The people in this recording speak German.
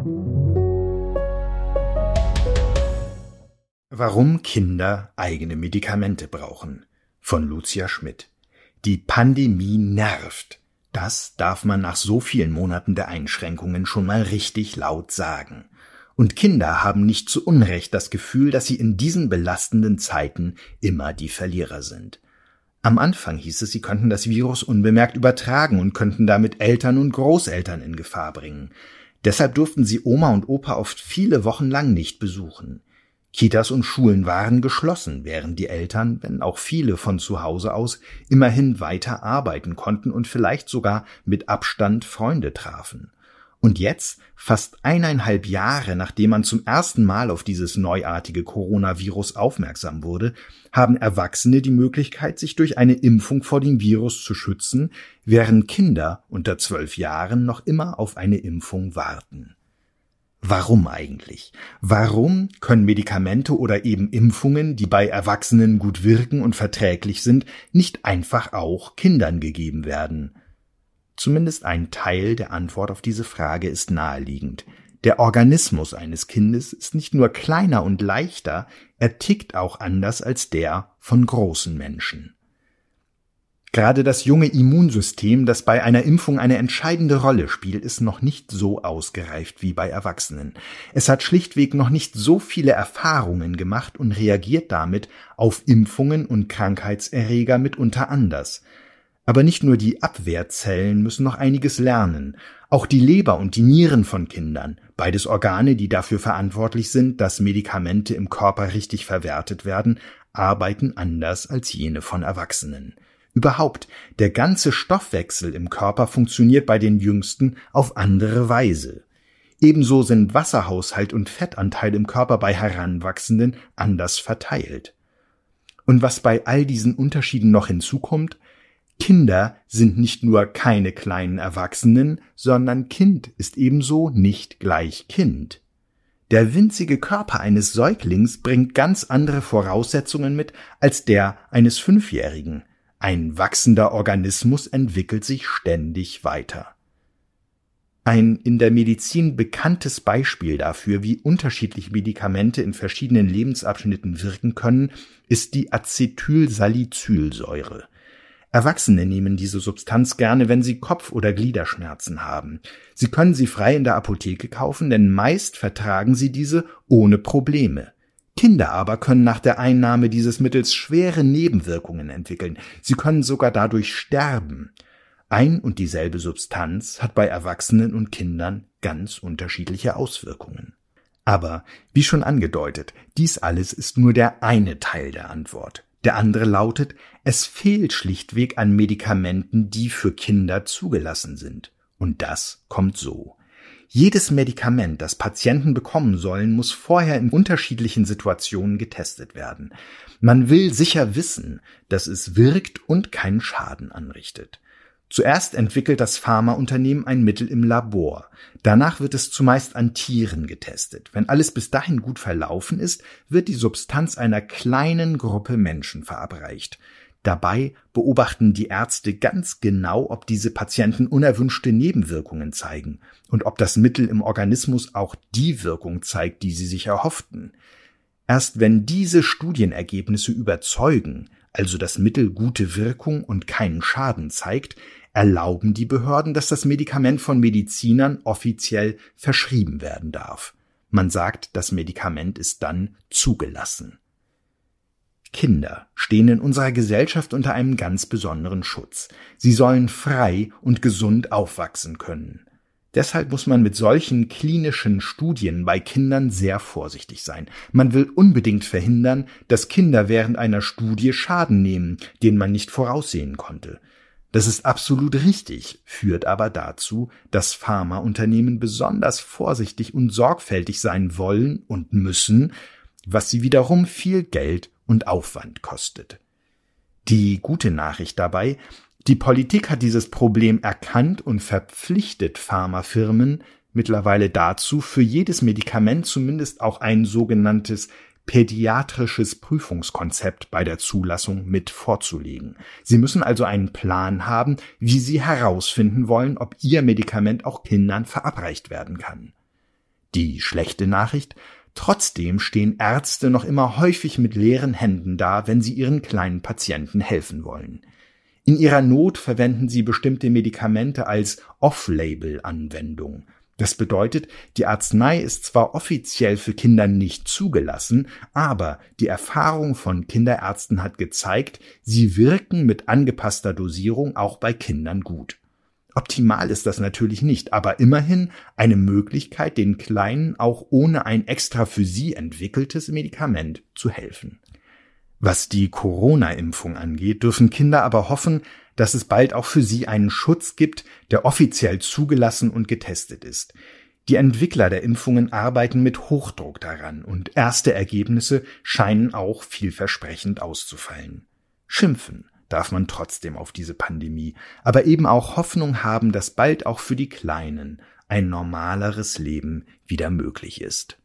Warum Kinder eigene Medikamente brauchen, von Lucia Schmidt. Die Pandemie nervt. Das darf man nach so vielen Monaten der Einschränkungen schon mal richtig laut sagen. Und Kinder haben nicht zu Unrecht das Gefühl, dass sie in diesen belastenden Zeiten immer die Verlierer sind. Am Anfang hieß es, sie könnten das Virus unbemerkt übertragen und könnten damit Eltern und Großeltern in Gefahr bringen. Deshalb durften sie Oma und Opa oft viele Wochen lang nicht besuchen. Kitas und Schulen waren geschlossen, während die Eltern, wenn auch viele von zu Hause aus, immerhin weiter arbeiten konnten und vielleicht sogar mit Abstand Freunde trafen. Und jetzt, fast 1,5 Jahre nachdem man zum ersten Mal auf dieses neuartige Coronavirus aufmerksam wurde, haben Erwachsene die Möglichkeit, sich durch eine Impfung vor dem Virus zu schützen, während Kinder unter 12 Jahren noch immer auf eine Impfung warten. Warum eigentlich? Warum können Medikamente oder eben Impfungen, die bei Erwachsenen gut wirken und verträglich sind, nicht einfach auch Kindern gegeben werden? Zumindest ein Teil der Antwort auf diese Frage ist naheliegend. Der Organismus eines Kindes ist nicht nur kleiner und leichter, er tickt auch anders als der von großen Menschen. Gerade das junge Immunsystem, das bei einer Impfung eine entscheidende Rolle spielt, ist noch nicht so ausgereift wie bei Erwachsenen. Es hat schlichtweg noch nicht so viele Erfahrungen gemacht und reagiert damit auf Impfungen und Krankheitserreger mitunter anders. Aber nicht nur die Abwehrzellen müssen noch einiges lernen. Auch die Leber und die Nieren von Kindern, beides Organe, die dafür verantwortlich sind, dass Medikamente im Körper richtig verwertet werden, arbeiten anders als jene von Erwachsenen. Überhaupt, der ganze Stoffwechsel im Körper funktioniert bei den Jüngsten auf andere Weise. Ebenso sind Wasserhaushalt und Fettanteil im Körper bei Heranwachsenden anders verteilt. Und was bei all diesen Unterschieden noch hinzukommt, Kinder sind nicht nur keine kleinen Erwachsenen, sondern Kind ist ebenso nicht gleich Kind. Der winzige Körper eines Säuglings bringt ganz andere Voraussetzungen mit als der eines 5-Jährigen. Ein wachsender Organismus entwickelt sich ständig weiter. Ein in der Medizin bekanntes Beispiel dafür, wie unterschiedlich Medikamente in verschiedenen Lebensabschnitten wirken können, ist die Acetylsalicylsäure. Erwachsene nehmen diese Substanz gerne, wenn sie Kopf- oder Gliederschmerzen haben. Sie können sie frei in der Apotheke kaufen, denn meist vertragen sie diese ohne Probleme. Kinder aber können nach der Einnahme dieses Mittels schwere Nebenwirkungen entwickeln. Sie können sogar dadurch sterben. Ein und dieselbe Substanz hat bei Erwachsenen und Kindern ganz unterschiedliche Auswirkungen. Aber, wie schon angedeutet, dies alles ist nur der eine Teil der Antwort. Der andere lautet, es fehlt schlichtweg an Medikamenten, die für Kinder zugelassen sind. Und das kommt so. Jedes Medikament, das Patienten bekommen sollen, muss vorher in unterschiedlichen Situationen getestet werden. Man will sicher wissen, dass es wirkt und keinen Schaden anrichtet. Zuerst entwickelt das Pharmaunternehmen ein Mittel im Labor. Danach wird es zumeist an Tieren getestet. Wenn alles bis dahin gut verlaufen ist, wird die Substanz einer kleinen Gruppe Menschen verabreicht. Dabei beobachten die Ärzte ganz genau, ob diese Patienten unerwünschte Nebenwirkungen zeigen und ob das Mittel im Organismus auch die Wirkung zeigt, die sie sich erhofften. Erst wenn diese Studienergebnisse überzeugen, also das Mittel gute Wirkung und keinen Schaden zeigt, erlauben die Behörden, dass das Medikament von Medizinern offiziell verschrieben werden darf. Man sagt, das Medikament ist dann zugelassen. Kinder stehen in unserer Gesellschaft unter einem ganz besonderen Schutz. Sie sollen frei und gesund aufwachsen können. Deshalb muss man mit solchen klinischen Studien bei Kindern sehr vorsichtig sein. Man will unbedingt verhindern, dass Kinder während einer Studie Schaden nehmen, den man nicht voraussehen konnte. Das ist absolut richtig, führt aber dazu, dass Pharmaunternehmen besonders vorsichtig und sorgfältig sein wollen und müssen, was sie wiederum viel Geld und Aufwand kostet. Die gute Nachricht dabei: Die Politik hat dieses Problem erkannt und verpflichtet Pharmafirmen mittlerweile dazu, für jedes Medikament zumindest auch ein sogenanntes pädiatrisches Prüfungskonzept bei der Zulassung mit vorzulegen. Sie müssen also einen Plan haben, wie sie herausfinden wollen, ob ihr Medikament auch Kindern verabreicht werden kann. Die schlechte Nachricht: Trotzdem stehen Ärzte noch immer häufig mit leeren Händen da, wenn sie ihren kleinen Patienten helfen wollen. In ihrer Not verwenden sie bestimmte Medikamente als Off-Label-Anwendung. Das bedeutet, die Arznei ist zwar offiziell für Kinder nicht zugelassen, aber die Erfahrung von Kinderärzten hat gezeigt, sie wirken mit angepasster Dosierung auch bei Kindern gut. Optimal ist das natürlich nicht, aber immerhin eine Möglichkeit, den Kleinen auch ohne ein extra für sie entwickeltes Medikament zu helfen. Was die Corona-Impfung angeht, dürfen Kinder aber hoffen, dass es bald auch für sie einen Schutz gibt, der offiziell zugelassen und getestet ist. Die Entwickler der Impfungen arbeiten mit Hochdruck daran und erste Ergebnisse scheinen auch vielversprechend auszufallen. Schimpfen darf man trotzdem auf diese Pandemie, aber eben auch Hoffnung haben, dass bald auch für die Kleinen ein normaleres Leben wieder möglich ist.